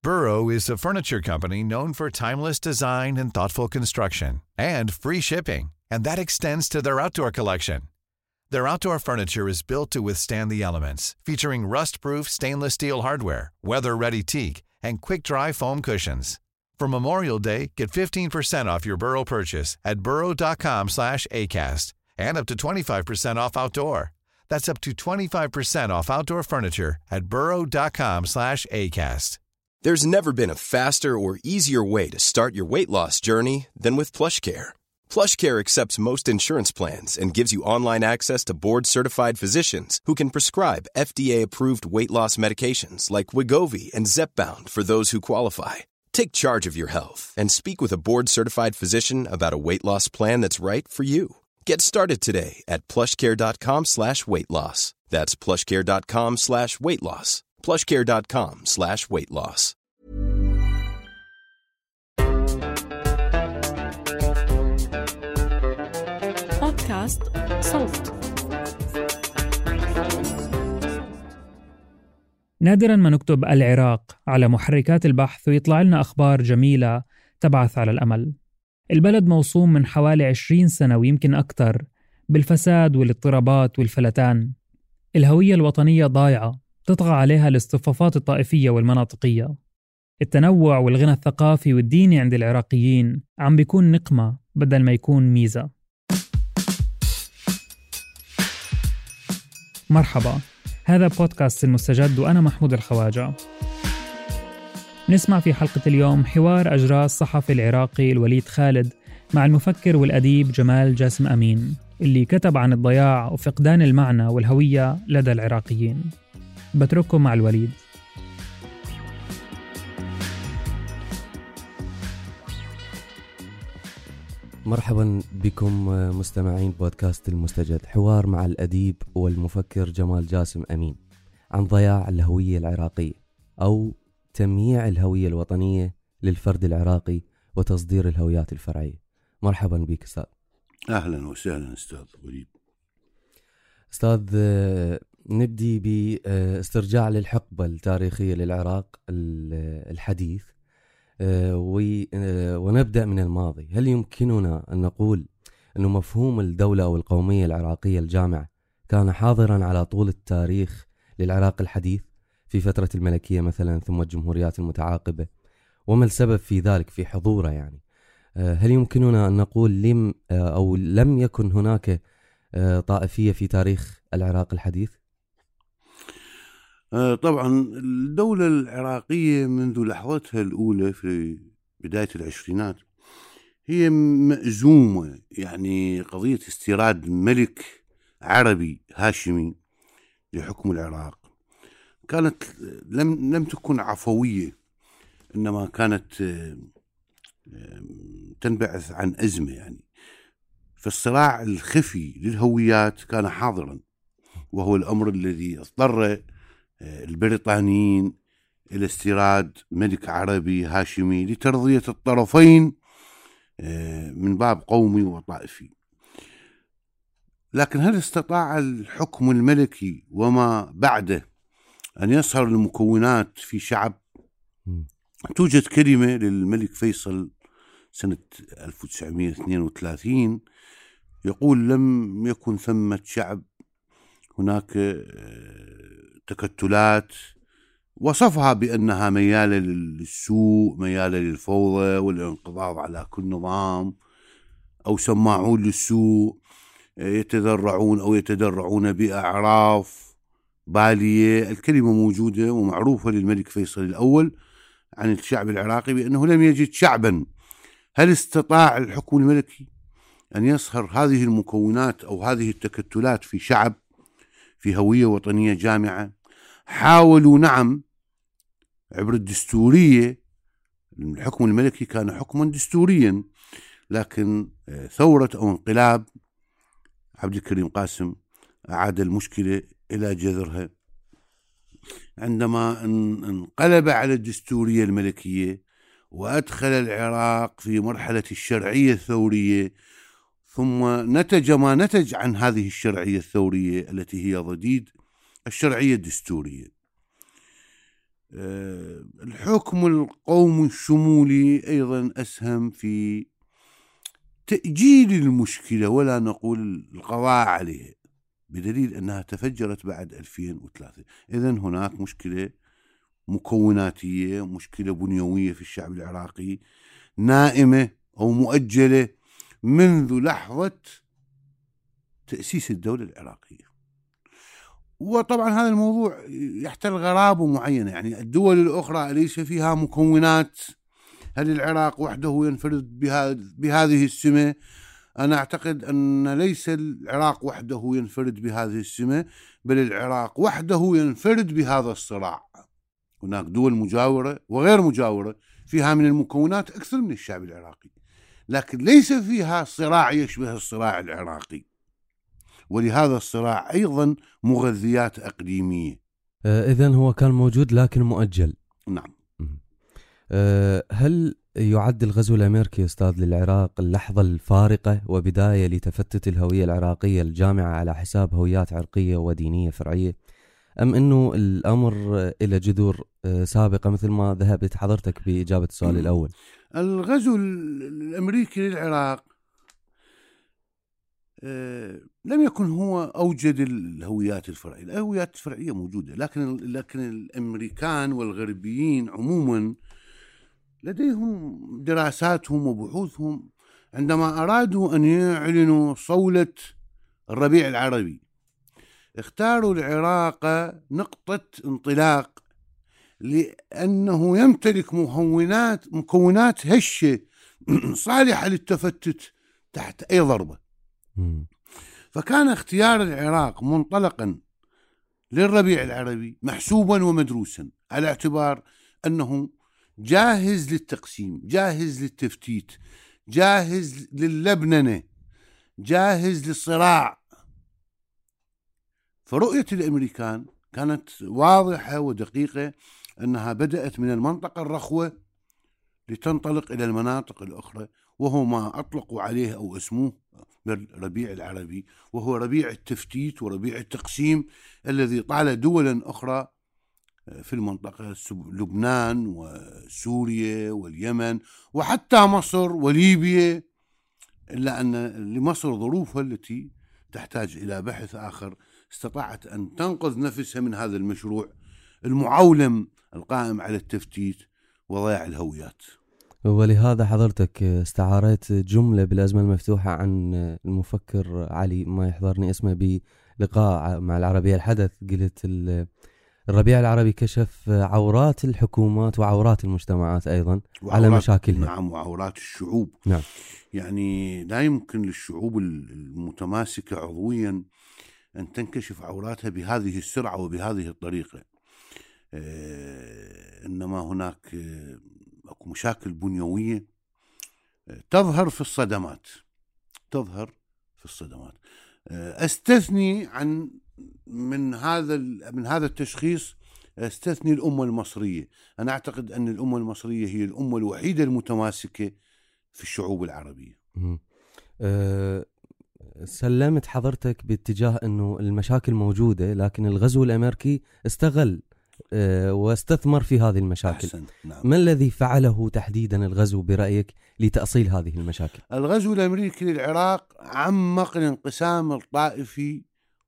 Burrow is a furniture company known for timeless design and thoughtful construction, and free shipping, and that extends to their outdoor collection. Their outdoor furniture is built to withstand the elements, featuring rust-proof stainless steel hardware, weather-ready teak, and quick-dry foam cushions. For Memorial Day, get 15% off your Burrow purchase at burrow.com/acast, and up to 25% off outdoor. That's up to 25% off outdoor furniture at burrow.com/acast. There's never been a faster or easier way to start your weight loss journey than with PlushCare. PlushCare accepts most insurance plans and gives you online access to board-certified physicians who can prescribe FDA-approved weight loss medications like Wegovy and Zepbound for those who qualify. Take charge of your health and speak with a board-certified physician about a weight loss plan that's right for you. Get started today at plushcare.com/weightloss. That's plushcare.com/weightloss. plushcare.com/weightloss. بودكاست صوت. نادراً ما نكتب العراق على محركات البحث ويطلع لنا أخبار جميلة تبعث على الأمل. البلد موصوم من حوالي 20 سنة ويمكن أكثر بالفساد والاضطرابات والفلتان. الهوية الوطنية ضايعة، تطغى عليها الاصطفافات الطائفية والمناطقية. التنوع والغنى الثقافي والديني عند العراقيين عم بيكون نقمة بدل ما يكون ميزة. مرحبا، هذا بودكاست المستجد وأنا محمود الخواجة. نسمع في حلقة اليوم حوار أجراه الصحفي العراقي الوليد خالد مع المفكر والأديب جمال جاسم أمين، اللي كتب عن الضياع وفقدان المعنى والهوية لدى العراقيين. بترككم مع الوليد. مرحبا بكم مستمعين بودكاست المستجد، حوار مع الأديب والمفكر جمال جاسم أمين عن ضياع الهوية العراقية أو تمييع الهوية الوطنية للفرد العراقي وتصدير الهويات الفرعية. مرحبا بك أستاذ. أهلا وسهلا أستاذ وليد. أستاذ، نبدي باسترجاع للحقبة التاريخية للعراق الحديث، ونبدأ من الماضي. هل يمكننا أن نقول أن مفهوم الدولة أو القومية العراقية الجامعة كان حاضرا على طول التاريخ للعراق الحديث في فترة الملكية مثلا ثم الجمهوريات المتعاقبة؟ وما السبب في ذلك في حضوره؟ يعني هل يمكننا أن نقول لم يكن هناك طائفية في تاريخ العراق الحديث؟ طبعا الدولة العراقية منذ لحظتها الأولى في بداية العشرينات هي مأزومة، يعني قضية استيراد ملك عربي هاشمي لحكم العراق كانت لم تكن عفوية، إنما كانت تنبعث عن أزمة. يعني فالصراع الخفي للهويات كان حاضرا، وهو الأمر الذي اضطر البريطانيين إلى استيراد ملك عربي هاشمي لترضية الطرفين من باب قومي وطائفي. لكن هل استطاع الحكم الملكي وما بعده أن يصهر المكونات في شعب؟ توجد كلمة للملك فيصل سنة 1932 يقول: لم يكن ثمة شعب، هناك تكتلات، وصفها بأنها ميالة للسوء، ميالة للفوضى والانقضاض على كل نظام، أو سماعون للسوء، يتذرعون أو يتدرعون بأعراف بالية. الكلمة موجودة ومعروفة للملك فيصل الأول عن الشعب العراقي بأنه لم يجد شعبا. هل استطاع الحكم الملكي أن يصهر هذه المكونات أو هذه التكتلات في شعب، في هوية وطنية جامعة؟ حاولوا، نعم، عبر الدستورية. الحكم الملكي كان حكما دستوريا، لكن ثورة أو انقلاب عبد الكريم قاسم أعاد المشكلة إلى جذرها عندما انقلب على الدستورية الملكية وأدخل العراق في مرحلة الشرعية الثورية، ثم نتج ما نتج عن هذه الشرعية الثورية التي هي ضديد الشرعية الدستورية. الحكم القومي الشمولي أيضا أسهم في تأجيل المشكلة ولا نقول القضاء عليها، بدليل أنها تفجرت بعد 2003. إذن هناك مشكلة مكوناتية، مشكلة بنيوية في الشعب العراقي نائمة أو مؤجلة منذ لحظة تأسيس الدولة العراقية. وطبعا هذا الموضوع يحتل غرابة معينة، يعني الدول الأخرى ليس فيها مكونات. هل العراق وحده ينفرد بهذه السمة؟ أنا أعتقد أن ليس العراق وحده ينفرد بهذه السمة، بل العراق وحده ينفرد بهذا الصراع. هناك دول مجاورة وغير مجاورة فيها من المكونات أكثر من الشعب العراقي، لكن ليس فيها صراع يشبه الصراع العراقي، ولهذا الصراع أيضا مغذيات أقليمية. إذن هو كان موجود لكن مؤجل. نعم. هل يعد الغزو الأمريكي أستاذ للعراق اللحظة الفارقة وبداية لتفتت الهوية العراقية الجامعة على حساب هويات عرقية ودينية فرعية، أم أنه الأمر إلى جذور سابقة مثل ما ذهبت حضرتك بإجابة السؤال الأول؟ الغزو الأمريكي للعراق لم يكن هو أوجد الهويات الفرعية. الهويات الفرعية موجودة، لكن الأمريكان والغربيين عموما لديهم دراساتهم وبحوثهم. عندما أرادوا أن يعلنوا صولة الربيع العربي اختاروا العراق نقطة انطلاق، لأنه يمتلك مكونات هشة صالحة للتفتت تحت أي ضربة. فكان اختيار العراق منطلقا للربيع العربي محسوبا ومدروسا، على اعتبار أنه جاهز للتقسيم، جاهز للتفتيت، جاهز لللبننة، جاهز للصراع. فرؤية الأمريكان كانت واضحة ودقيقة، أنها بدأت من المنطقة الرخوة لتنطلق إلى المناطق الأخرى، وهو ما أطلقوا عليه أو اسموه بالربيع العربي، وهو ربيع التفتيت وربيع التقسيم الذي طال دولا أخرى في المنطقة، لبنان وسوريا واليمن وحتى مصر وليبيا، إلا أن لمصر ظروفها التي تحتاج إلى بحث آخر استطاعت أن تنقذ نفسها من هذا المشروع المعولم القائم على التفتيت وضياع الهويات. ولهذا حضرتك استعارت جملة بالأزمة المفتوحة عن المفكر علي، ما يحضرني اسمه، بلقاء مع العربية الحدث، قلت الربيع العربي كشف عورات الحكومات وعورات المجتمعات أيضا على مشاكلها. نعم، وعورات الشعوب. نعم. يعني لا يمكن للشعوب المتماسكة عضويا أن تنكشف عوراتها بهذه السرعة وبهذه الطريقة. إنما هناك مشاكل بنيوية تظهر في الصدمات. أستثني من هذا التشخيص، أستثني الأمة المصرية. أنا أعتقد أن الأمة المصرية هي الأمة الوحيدة المتماسكة في الشعوب العربية. سلمت حضرتك باتجاه أنه المشاكل موجودة، لكن الغزو الأمريكي استغل واستثمر في هذه المشاكل. نعم. ما الذي فعله تحديدا الغزو برأيك لتأصيل هذه المشاكل؟ الغزو الأمريكي للعراق عمق الانقسام الطائفي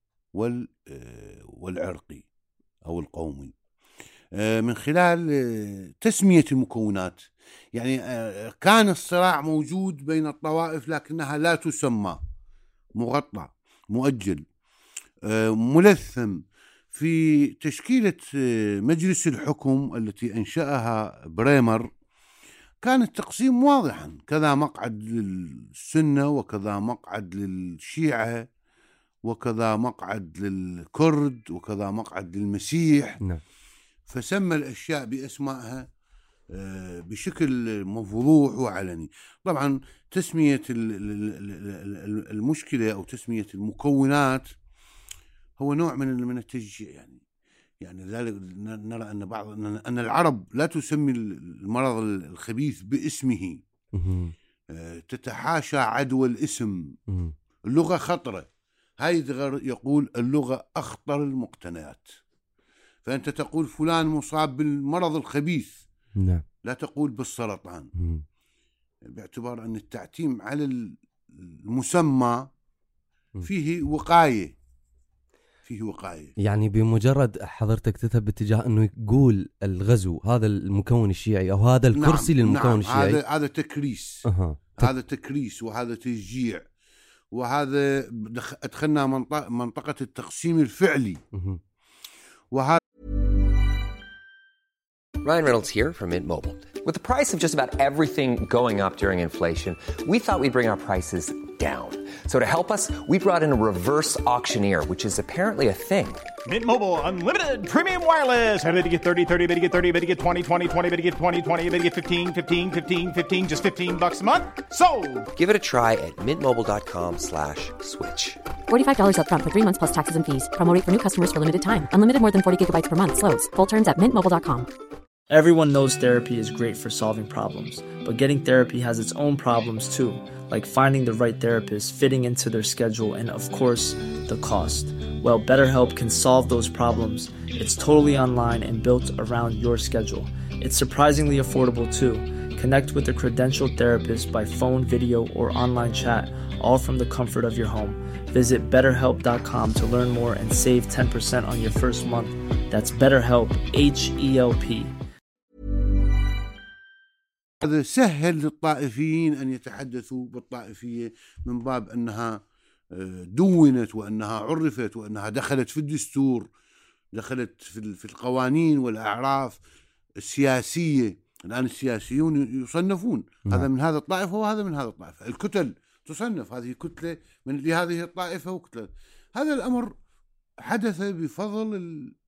والعرقي أو القومي من خلال تسمية المكونات. يعني كان الصراع موجود بين الطوائف لكنها لا تسمى، مغطى، مؤجل، ملثم. في تشكيلة مجلس الحكم التي أنشأها بريمر كان التقسيم واضحا، كذا مقعد للسنة وكذا مقعد للشيعة وكذا مقعد للكرد وكذا مقعد للمسيح. نعم. فسمى الأشياء بأسمائها بشكل مفضوح وعلني. طبعا تسمية المشكلة أو تسمية المكونات هو نوع من التشجيع. يعني ذلك نرى أن العرب لا تسمي المرض الخبيث باسمه، تتحاشى عدوى الاسم. اللغة خطرة، هايدغر يقول اللغة أخطر المقتنيات. فأنت تقول فلان مصاب بالمرض الخبيث، نعم. لا تقول بالسرطان، باعتبار أن التعتيم على المسمى فيه وقاية. يعني بمجرد حضرتك تذهب باتجاه أنه يقول الغزو هذا المكون الشيعي أو هذا الكرسي للمكون الشيعي، هذا تكريس. هذا تكريس وهذا تشجيع، وهذا أدخلنا منطقة التقسيم الفعلي. وهذا Ryan Reynolds here from Mint Mobile. With the price of just about everything going up during inflation, we thought we'd bring our prices down. So to help us, we brought in a reverse auctioneer, which is apparently a thing. Mint Mobile Unlimited Premium Wireless. How to get 30, 30, how to get 30, how to get 20, 20, 20, how to get 20, 20, how to get 15, 15, 15, 15, just $15 a month? Sold! Give it a try at mintmobile.com/switch. $45 up front for 3 months plus taxes and fees. Promo rate for new customers for limited time. Unlimited more than 40 gigabytes per month. Slows full terms at mintmobile.com. Everyone knows therapy is great for solving problems, but getting therapy has its own problems too, like finding the right therapist, fitting into their schedule, and of course, the cost. Well, BetterHelp can solve those problems. It's totally online and built around your schedule. It's surprisingly affordable too. Connect with a credentialed therapist by phone, video, or online chat, all from the comfort of your home. Visit BetterHelp.com to learn more and save 10% on your first month. That's BetterHelp, H-E-L-P. هذا سهل للطائفيين أن يتحدثوا بالطائفية من باب أنها دونت وأنها عرفت وأنها دخلت في الدستور، دخلت في القوانين والأعراف السياسية. الآن السياسيون يصنفون هذا من هذا الطائفة وهذا من هذا الطائفة، الكتل تصنف هذه كتلة من لهذه الطائفة وكتلة. هذا الأمر حدث بفضل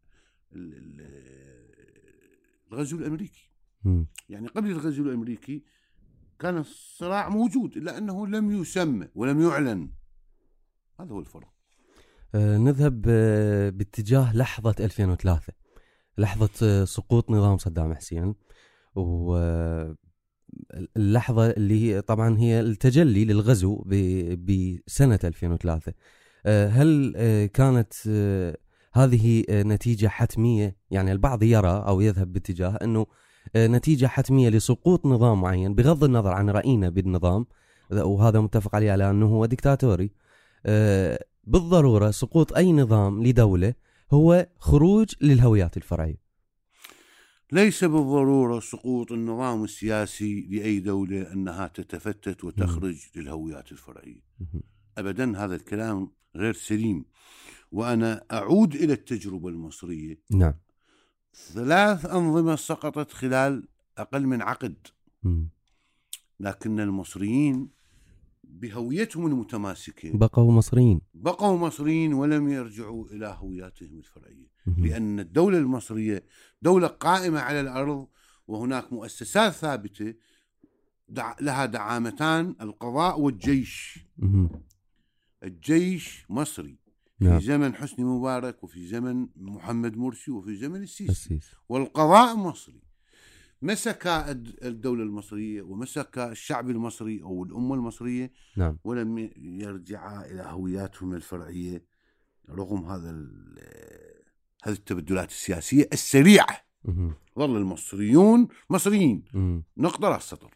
الغزو الأمريكي. يعني قبل الغزو الأمريكي كان الصراع موجود، إلا أنه لم يسمى ولم يعلن. هذا هو الفرق. نذهب باتجاه لحظة 2003، لحظة سقوط نظام صدام حسين، واللحظة اللي طبعا هي التجلي للغزو بسنة 2003. هل كانت هذه نتيجة حتمية؟ يعني البعض يرى أو يذهب باتجاه أنه نتيجة حتمية لسقوط نظام معين بغض النظر عن رأينا بالنظام، وهذا متفق عليه على أنه هو ديكتاتوري. بالضرورة سقوط أي نظام لدولة هو خروج للهويات الفرعية. ليس بالضرورة سقوط النظام السياسي لأي دولة أنها تتفتت وتخرج للهويات الفرعية أبدا. هذا الكلام غير سليم. وأنا أعود إلى التجربة المصرية. نعم. 3 أنظمة سقطت خلال أقل من عقد، لكن المصريين بهويتهم المتماسكة بقوا مصريين ولم يرجعوا إلى هوياتهم الفرعية، لأن الدولة المصرية دولة قائمة على الأرض، وهناك مؤسسات ثابتة لها دعامتان: القضاء والجيش. الجيش مصري في زمن حسني مبارك وفي زمن محمد مرسي وفي زمن السيسي، والقضاء مصري. مسك الدولة المصرية ومسك الشعب المصري أو الأمة المصرية. نعم. ولم يرجع إلى هوياتهم الفرعية رغم هذه التبدلات السياسية السريعة. ظل المصريون مصريين. نقطة على السطر.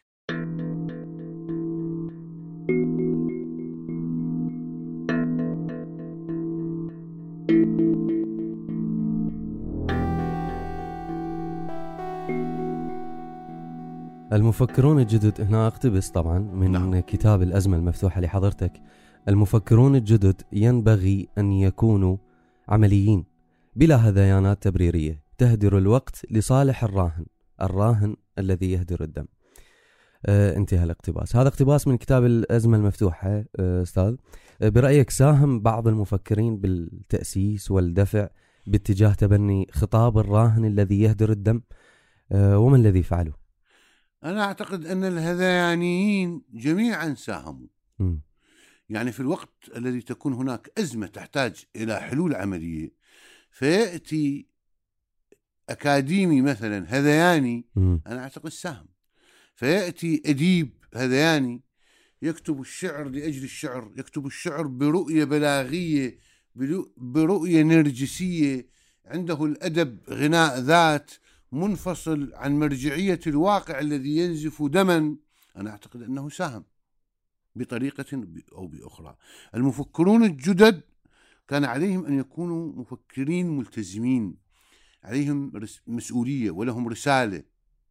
المفكرون الجدد، هنا اقتبس طبعا من كتاب الأزمة المفتوحة لحضرتك. المفكرون الجدد ينبغي أن يكونوا عمليين بلا هذيانات تبريرية تهدر الوقت لصالح الراهن الذي يهدر الدم. انتهى الاقتباس. هذا اقتباس من كتاب الأزمة المفتوحة. أستاذ، برأيك ساهم بعض المفكرين بالتأسيس والدفع باتجاه تبني خطاب الراهن الذي يهدر الدم، وما الذي فعله؟ أنا أعتقد أن الهذيانيين جميعا ساهموا. يعني في الوقت الذي تكون هناك أزمة تحتاج إلى حلول عملية، فيأتي أكاديمي مثلا هذياني، أنا أعتقد ساهم. فيأتي أديب هذياني يكتب الشعر لأجل الشعر، يكتب الشعر برؤية بلاغية، برؤية نرجسية، عنده الأدب غناء ذات منفصل عن مرجعية الواقع الذي ينزف دما، أنا أعتقد أنه ساهم بطريقة أو بأخرى. المفكرون الجدد كان عليهم أن يكونوا مفكرين ملتزمين، عليهم مسؤولية ولهم رسالة.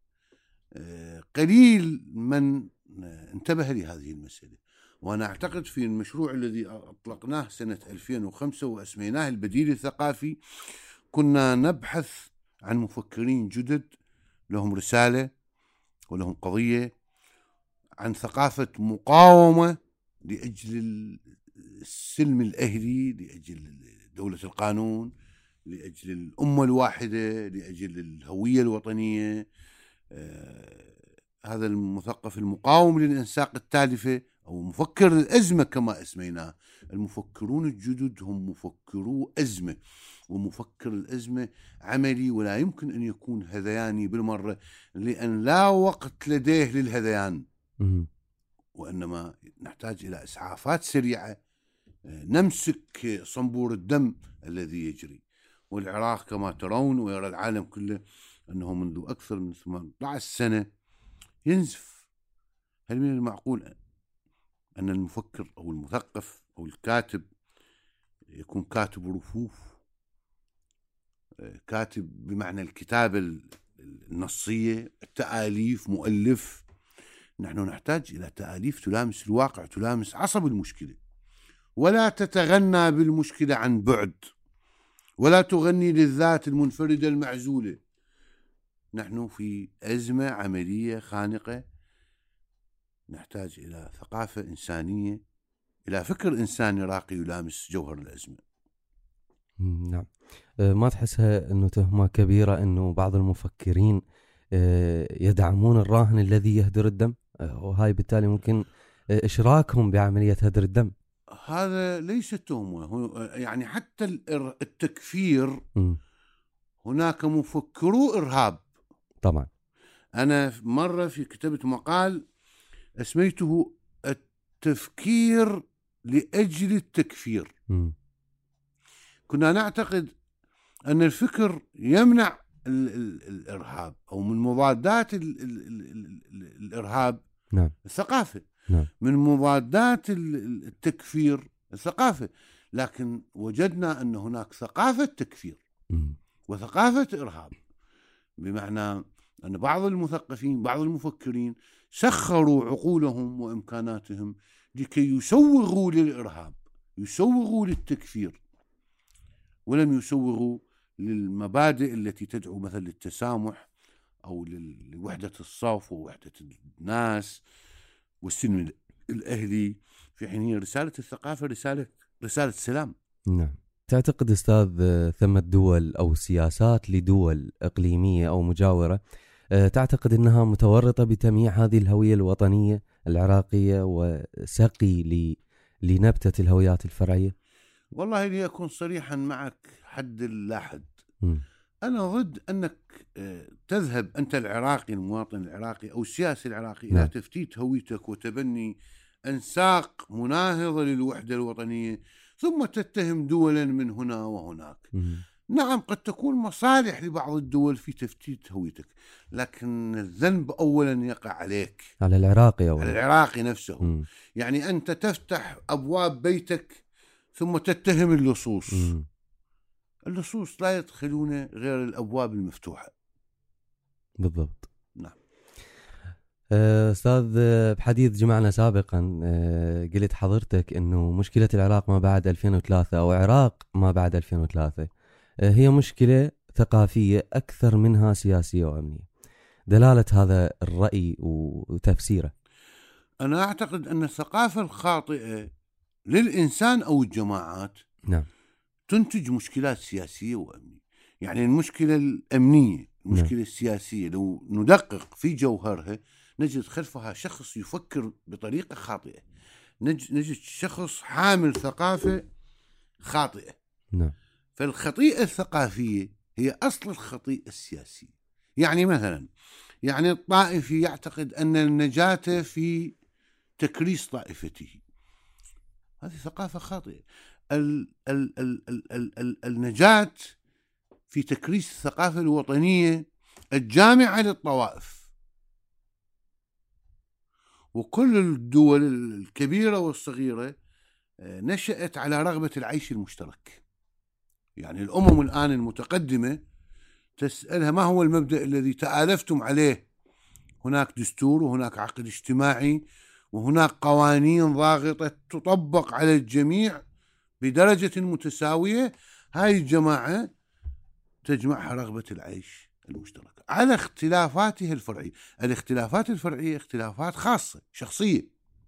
قليل من انتبه لهذه المسألة، وأنا أعتقد في المشروع الذي أطلقناه سنة 2005 وأسميناه البديل الثقافي كنا نبحث عن مفكرين جدد لهم رسالة ولهم قضية، عن ثقافة مقاومة لأجل السلم الأهلي، لأجل دولة القانون، لأجل الأمة الواحدة، لأجل الهوية الوطنية. هذا المثقف المقاوم للإنساق التالفة أو مفكر الأزمة كما اسميناه. المفكرون الجدد هم مفكرو أزمة، ومفكر الأزمة عملي ولا يمكن أن يكون هذياني بالمرة، لأن لا وقت لديه للهذيان، وإنما نحتاج إلى إسعافات سريعة نمسك صنبور الدم الذي يجري. والعراق كما ترون ويرى العالم كله أنه منذ أكثر من 18 سنة ينزف. هل من المعقول أن المفكر أو المثقف أو الكاتب يكون كاتب رفوف، كاتب بمعنى الكتابة النصية، التآليف، مؤلف؟ نحن نحتاج إلى تآليف تلامس الواقع، تلامس عصب المشكلة، ولا تتغنى بالمشكلة عن بعد، ولا تغني للذات المنفردة المعزولة. نحن في أزمة عملية خانقة، نحتاج إلى ثقافة إنسانية، إلى فكر إنساني راقي يلامس جوهر الأزمة. نعم. ما تحسها أنه تهمة كبيرة أنه بعض المفكرين يدعمون الراهن الذي يهدر الدم، وهاي بالتالي ممكن إشراكهم بعملية هدر الدم؟ هذا ليس تهمة، يعني حتى التكفير هناك مفكرو إرهاب. طبعا أنا مرة في كتبت مقال اسميته التفكير لأجل التكفير. كنا نعتقد أن الفكر يمنع الإرهاب، أو من مضادات الإرهاب نعم. الثقافة، نعم. من مضادات التكفير الثقافة، لكن وجدنا أن هناك ثقافة تكفير وثقافة إرهاب، بمعنى أن بعض المثقفين، بعض المفكرين سخروا عقولهم وإمكاناتهم لكي يسوغوا للإرهاب، يسوغوا للتكفير، ولم يسوغوا للمبادئ التي تدعو مثلا للتسامح أو لوحدة الصف ووحدة الناس والسلم الأهلي، في حين هي رسالة الثقافة رسالة سلام. نعم. تعتقد أستاذ ثمة دول أو سياسات لدول إقليمية أو مجاورة تعتقد أنها متورطة بتمييع هذه الهوية الوطنية العراقية وسقي لنبتة الهويات الفرعية؟ والله ليكون صريحا معك حد لا حد. أنا ضد أنك تذهب أنت العراقي، المواطن العراقي أو السياسي العراقي إلى تفتيت هويتك وتبني أنساق مناهضة للوحدة الوطنية، ثم تتهم دولا من هنا وهناك. نعم، قد تكون مصالح لبعض الدول في تفتيت هويتك، لكن الذنب أولا يقع عليك، على العراقي أولا، على العراقي نفسه. يعني أنت تفتح أبواب بيتك ثم تتهم اللصوص. اللصوص لا يدخلون غير الأبواب المفتوحة. بالضبط. نعم. أستاذ، بحديث جمعنا سابقا قلت حضرتك أنه مشكلة العراق ما بعد 2003 أو عراق ما بعد 2003 هي مشكلة ثقافية أكثر منها سياسية وأمنية. دلالة هذا الرأي وتفسيره؟ أنا أعتقد أن الثقافة الخاطئة للإنسان أو الجماعات نعم تنتج مشكلات سياسية وأمنية. يعني المشكلة الأمنية، المشكلة السياسية لو ندقق في جوهرها نجد خلفها شخص يفكر بطريقة خاطئة، نجد شخص حامل ثقافة خاطئة. نعم. فالخطيئة الثقافية هي أصل الخطيئة السياسية. يعني مثلا الطائفي يعتقد أن النجاة في تكريس طائفته، هذه ثقافة خاطئة. النجاة في تكريس الثقافة الوطنية الجامعة للطوائف. وكل الدول الكبيرة والصغيرة نشأت على رغبة العيش المشترك. يعني الأمم الآن المتقدمة تسألها ما هو المبدأ الذي تآلفتم عليه؟ هناك دستور وهناك عقد اجتماعي وهناك قوانين ضاغطة تطبق على الجميع بدرجة متساوية. هاي الجماعة تجمعها رغبة العيش المشترك على اختلافاتها الفرعية. الاختلافات الفرعية اختلافات خاصة شخصية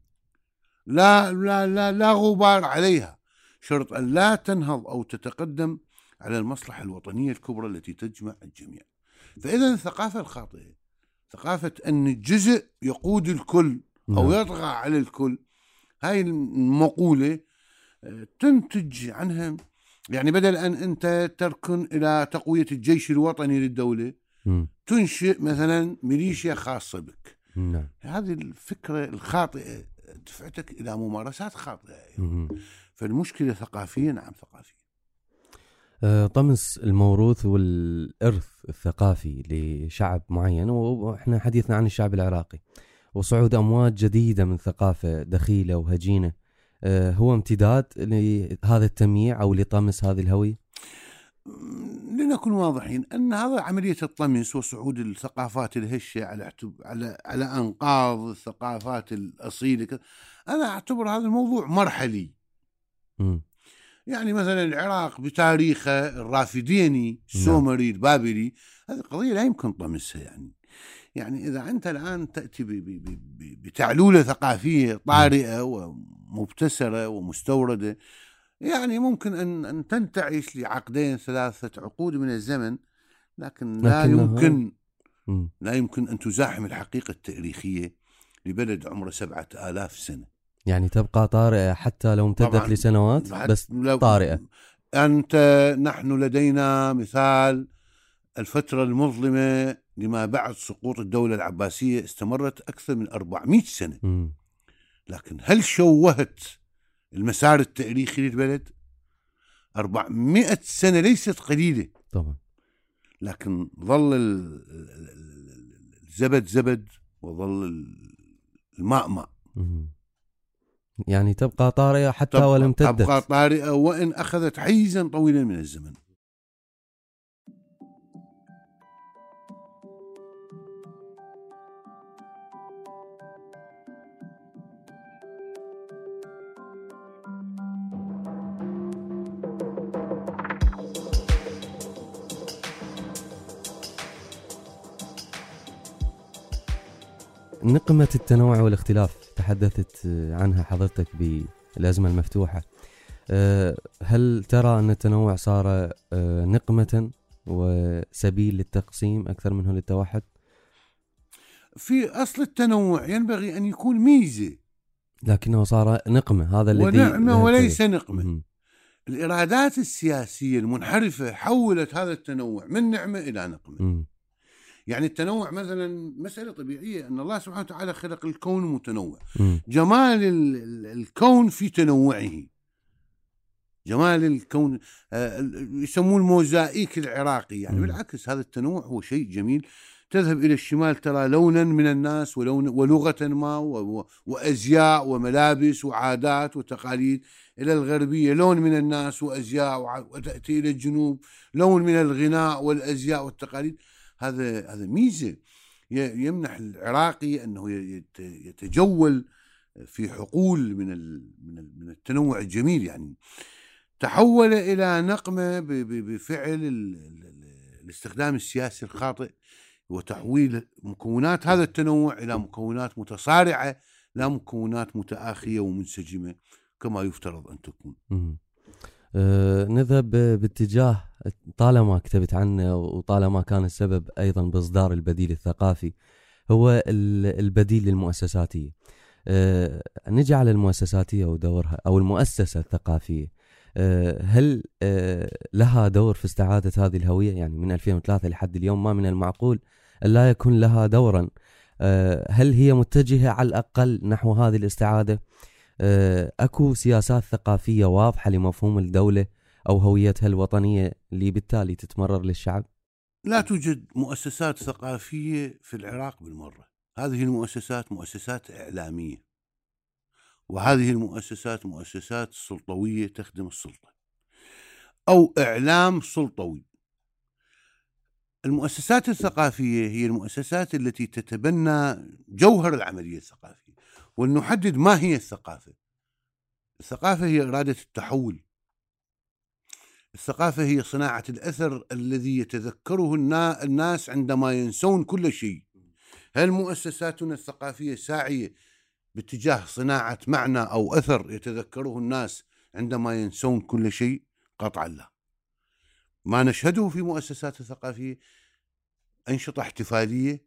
لا غبار عليها، شرط أن لا تنهض أو تتقدم على المصلحة الوطنية الكبرى التي تجمع الجميع. فإذا الثقافة الخاطئة ثقافة أن الجزء يقود الكل أو يطغى على الكل، هاي المقولة تنتج عنها يعني بدل أن أنت تركن إلى تقوية الجيش الوطني للدولة تنشئ مثلا ميليشيا خاصة بك. هذه الفكرة الخاطئة دفعتك إلى ممارسات خاطئة. فالمشكلة ثقافية، نعم ثقافية. طمس الموروث والإرث الثقافي لشعب معين، وإحنا حديثنا عن الشعب العراقي، وصعود أمواج جديدة من ثقافة دخيلة وهجينة هو امتداد لهذا التمييع أو لطمس هذه الهوية. لنكن واضحين أن هذا عملية الطمس وصعود الثقافات الهشة على أنقاض الثقافات الأصيلة، أنا أعتبر هذا الموضوع مرحلي. يعني مثلا العراق بتاريخه الرافديني السومري البابلي، هذه قضية لا يمكن طمسها. يعني إذا أنت الآن تأتي بتعلولة ثقافية طارئة ومبتسرة ومستوردة، يعني ممكن أن تنتعش لعقدين 3 عقود من الزمن، لكن لا يمكن أن تزاحم الحقيقة التاريخية لبلد عمره 7000 سنة. يعني تبقى طارئة حتى لو امتدت لسنوات، بس طارئة. نحن لدينا مثال الفترة المظلمة لما بعد سقوط الدولة العباسية استمرت أكثر من 400 سنة. لكن هل شوهت المسار التاريخي للبلد؟ 400 سنة ليست قليلة طبعا، لكن ظل الزبد زبد وظل الماء ماء. يعني تبقى طارئة حتى ولم امتدت، تبقى طارئة وإن أخذت حيزا طويلا من الزمن. نقمة التنوع والاختلاف تحدثت عنها حضرتك بالأزمة المفتوحة. هل ترى أن التنوع صار نقمة وسبيل للتقسيم أكثر منه للتوحد؟ في أصل التنوع ينبغي أن يكون ميزة، لكنه صار نقمة. هذا الذي ونعمة وليس نقمة. الإرادات السياسية المنحرفة حولت هذا التنوع من نعمة إلى نقمة. يعني التنوع مثلا مسألة طبيعية، أن الله سبحانه وتعالى خلق الكون متنوع. جمال الكون في تنوعه، جمال الكون يسموه الموزائيك العراقي. يعني بالعكس هذا التنوع هو شيء جميل. تذهب إلى الشمال ترى لونا من الناس ولغة ما وأزياء وملابس وعادات وتقاليد. إلى الغربية لون من الناس وأزياء، وتأتي إلى الجنوب لون من الغناء والأزياء والتقاليد. هذا ميزة يمنح العراقي أنه يتجول في حقول من التنوع الجميل. يعني تحول إلى نقمة بفعل الاستخدام السياسي الخاطئ وتحويل مكونات هذا التنوع إلى مكونات متصارعة، لا مكونات متآخية ومنسجمة كما يفترض أن تكون. نذهب باتجاه طالما كتبت عنه وطالما كان السبب أيضا بإصدار البديل الثقافي هو البديل للمؤسساتية. نجي على المؤسساتية ودورها أو المؤسسة الثقافية، هل لها دور في استعادة هذه الهوية؟ يعني من 2003 لحد اليوم ما من المعقول أن لا يكون لها دورا. هل هي متجهة على الأقل نحو هذه الاستعادة؟ أكو سياسات ثقافية واضحة لمفهوم الدولة أو هويتها الوطنية اللي بالتالي تتمرر للشعب؟ لا توجد مؤسسات ثقافية في العراق بالمرة. هذه المؤسسات مؤسسات إعلامية، وهذه المؤسسات مؤسسات سلطوية تخدم السلطة أو إعلام سلطوي. المؤسسات الثقافية هي المؤسسات التي تتبنى جوهر العملية الثقافية. ولنحدد ما هي الثقافة. الثقافة هي إرادة التحول. الثقافة هي صناعة الأثر الذي يتذكره الناس عندما ينسون كل شيء. هل مؤسساتنا الثقافية ساعية باتجاه صناعة معنى أو أثر يتذكره الناس عندما ينسون كل شيء؟ قطعا لا. ما نشهده في مؤسسات الثقافية أنشطة احتفالية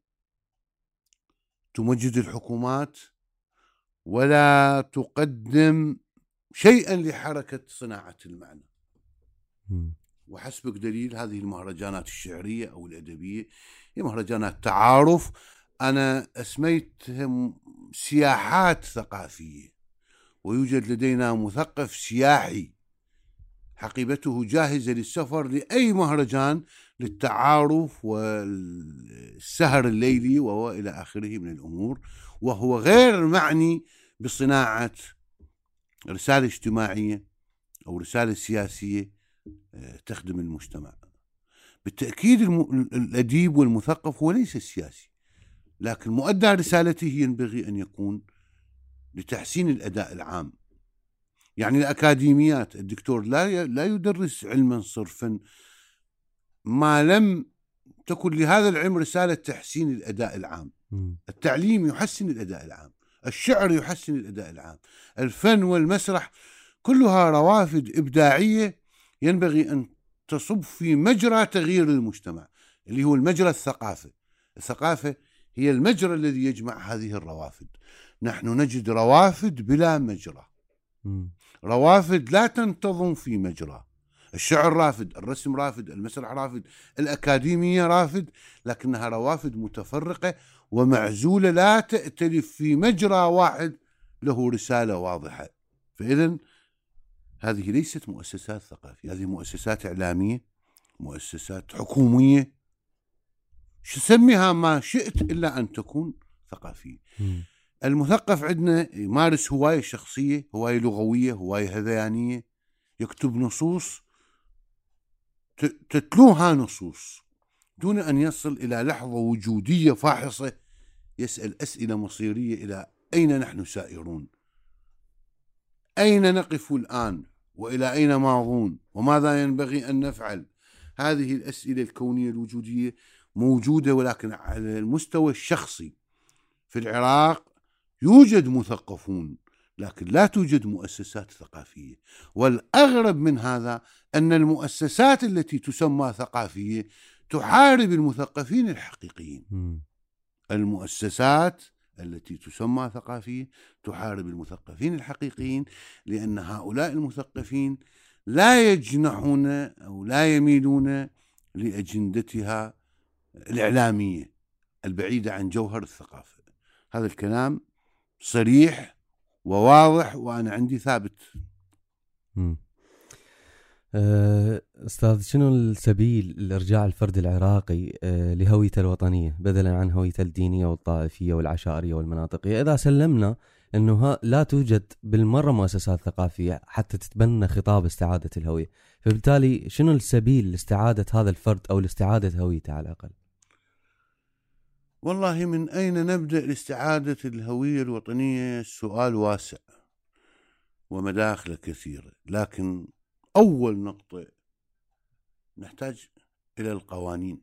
تمجد الحكومات ولا تقدم شيئا لحركة صناعة المعنى. وحسبك دليل هذه المهرجانات الشعرية أو الأدبية هي مهرجانات تعارف، أنا أسميتهم سياحات ثقافية. ويوجد لدينا مثقف سياحي حقيبته جاهزة للسفر لأي مهرجان للتعارف والسهر الليلي وإلى آخره من الأمور، وهو غير معني بصناعة رسالة اجتماعية أو رسالة سياسية تخدم المجتمع. بالتأكيد الأديب والمثقف هو ليس السياسي، لكن مؤدى رسالته ينبغي أن يكون لتحسين الأداء العام. يعني الأكاديميات، الدكتور لا يدرس علما صرفا ما لم تكن لهذا العلم رسالة تحسين الأداء العام. التعليم يحسن الأداء العام، الشعر يحسن الأداء العام، الفن والمسرح كلها روافد إبداعية ينبغي أن تصب في مجرى تغيير المجتمع اللي هو المجرى الثقافي. الثقافة هي المجرى الذي يجمع هذه الروافد. نحن نجد روافد بلا مجرى، روافد لا تنتظم في مجرى. الشعر رافد، الرسم رافد، المسرح رافد، الأكاديمية رافد، لكنها روافد متفرقة ومعزولة لا تأتلف في مجرى واحد له رسالة واضحة. فإذن هذه ليست مؤسسات ثقافية، هذه مؤسسات إعلامية، مؤسسات حكومية، سميها ما شئت إلا أن تكون ثقافية. المثقف عندنا يمارس هواية شخصية، هواية لغوية، هواية هذيانية، يكتب نصوص تتلوها نصوص دون أن يصل إلى لحظة وجودية فاحصة يسأل أسئلة مصيرية: إلى أين نحن سائرون؟ أين نقف الآن؟ وإلى أين ماضون؟ وماذا ينبغي أن نفعل؟ هذه الأسئلة الكونية الوجودية موجودة، ولكن على المستوى الشخصي. في العراق يوجد مثقفون لكن لا توجد مؤسسات ثقافية. والأغرب من هذا أن المؤسسات التي تسمى ثقافية تحارب المثقفين الحقيقيين. المؤسسات التي تسمى ثقافية تحارب المثقفين الحقيقيين، لأن هؤلاء المثقفين لا يجنحون أو لا يميلون لأجندتها الإعلامية البعيدة عن جوهر الثقافة. هذا الكلام صريح وواضح وأنا عندي ثابت. أستاذ، شنو السبيل لإرجاع الفرد العراقي لهويته الوطنية بدلا عن هويته الدينية والطائفية والعشائرية والمناطقية، إذا سلمنا أنه لا توجد بالمرة مؤسسات ثقافية حتى تتبنى خطاب استعادة الهوية؟ فبالتالي شنو السبيل لاستعادة هذا الفرد أو لاستعادة هويته على الأقل؟ والله من أين نبدأ لاستعادة الهوية الوطنية؟ سؤال واسع ومداخل كثيرة، لكن أول نقطة نحتاج إلى القوانين.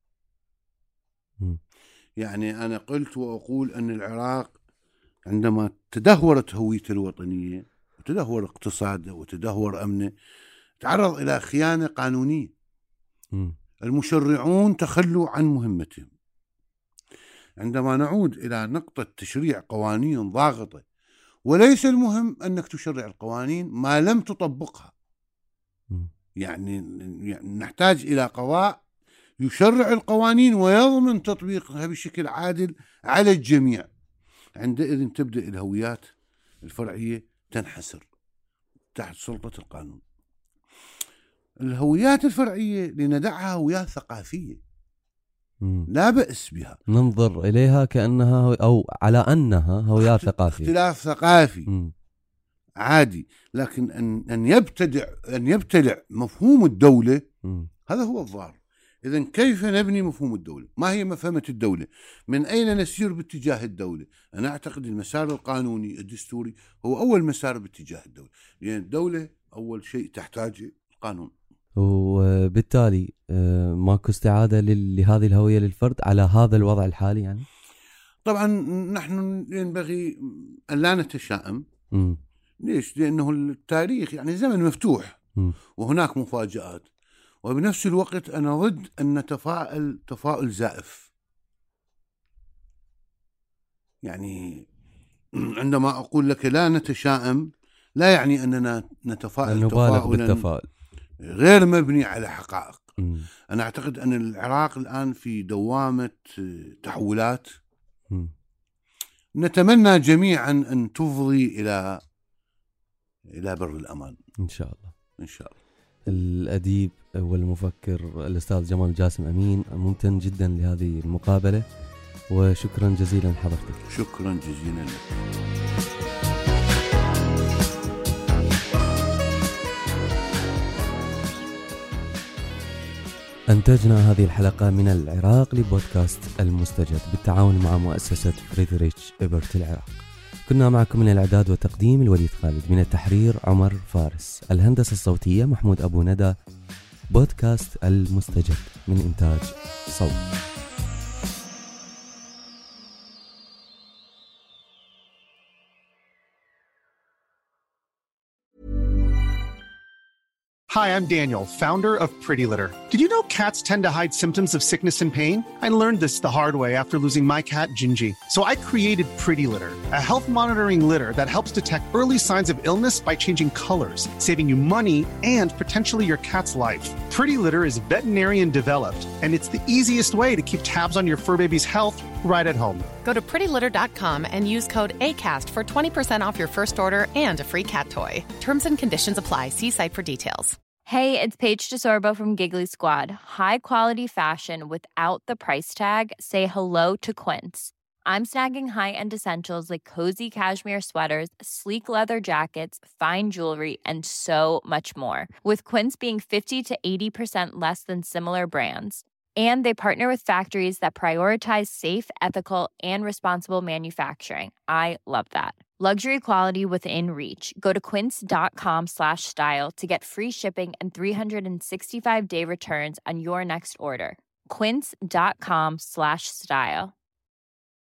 يعني أنا قلت وأقول أن العراق عندما تدهورت هويته الوطنية وتدهور اقتصاده وتدهور أمنه تعرض إلى خيانة قانونية. المشرعون تخلوا عن مهمتهم. عندما نعود إلى نقطة تشريع قوانين ضاغطة، وليس المهم أنك تشرع القوانين ما لم تطبقها. يعني نحتاج إلى قضاء يشرع القوانين ويضمن تطبيقها بشكل عادل على الجميع. عندئذ تبدأ الهويات الفرعية تنحسر تحت سلطة القانون. الهويات الفرعية لندعها هويات ثقافية لا بأس بها، ننظر إليها كأنها أو على أنها هويات ثقافية، اختلاف ثقافي عادي، لكن أن يبتلع مفهوم الدولة هذا هو الضار. إذن كيف نبني مفهوم الدولة؟ ما هي مفهمة الدولة؟ من أين نسير باتجاه الدولة؟ أنا أعتقد المسار القانوني الدستوري هو أول مسار باتجاه الدولة، لأن الدولة أول شيء تحتاج القانون، وبالتالي ماكو استعادة لهذه الهوية للفرد على هذا الوضع الحالي. يعني طبعا نحن ينبغي أن لا نتشائم. ليش؟ لأنه التاريخ يعني زمن مفتوح وهناك مفاجآت، وبنفس الوقت أنا ضد أن نتفاءل تفاؤل زائف. يعني عندما أقول لك لا نتشائم لا يعني أننا نتفائل تفاؤلا غير مبني على حقائق. أنا أعتقد أن العراق الآن في دوامة تحولات نتمنى جميعا أن تفضي إلى بر الأمان إن شاء الله. إن شاء الله. الأديب والمفكر الأستاذ جمال جاسم أمين، ممتن جدا لهذه المقابلة وشكرا جزيلا لحضرتك. شكرا جزيلا لك. أنتجنا هذه الحلقة من العراق لبودكاست المستجد بالتعاون مع مؤسسة فريدريتش إبرت العراق. كنا معكم من الإعداد والتقديم الوليد خالد، من التحرير عمر فارس، الهندسة الصوتية محمود أبو ندى. بودكاست المستجد من إنتاج صوت. Hi, I'm Daniel, founder of Pretty Litter. Did you know cats tend to hide symptoms of sickness and pain? I learned this the hard way after losing my cat, Gingy. So I created Pretty Litter, a health monitoring litter that helps detect early signs of illness by changing colors, saving you money and potentially your cat's life. Pretty Litter is veterinarian developed, and it's the easiest way to keep tabs on your fur baby's health right at home. Go to prettylitter.com and use code ACAST for 20% off your first order and a free cat toy. Terms and conditions apply. See site for details. Hey, it's Paige DeSorbo from Giggly Squad. High quality fashion without the price tag. Say hello to Quince. I'm snagging high-end essentials like cozy cashmere sweaters, sleek leather jackets, fine jewelry, and so much more. With Quince being 50 to 80% less than similar brands. And they partner with factories that prioritize safe, ethical, and responsible manufacturing. I love that. Luxury quality within reach. Go to quince.com/style to get free shipping and 365-day returns on your next order. Quince.com/style.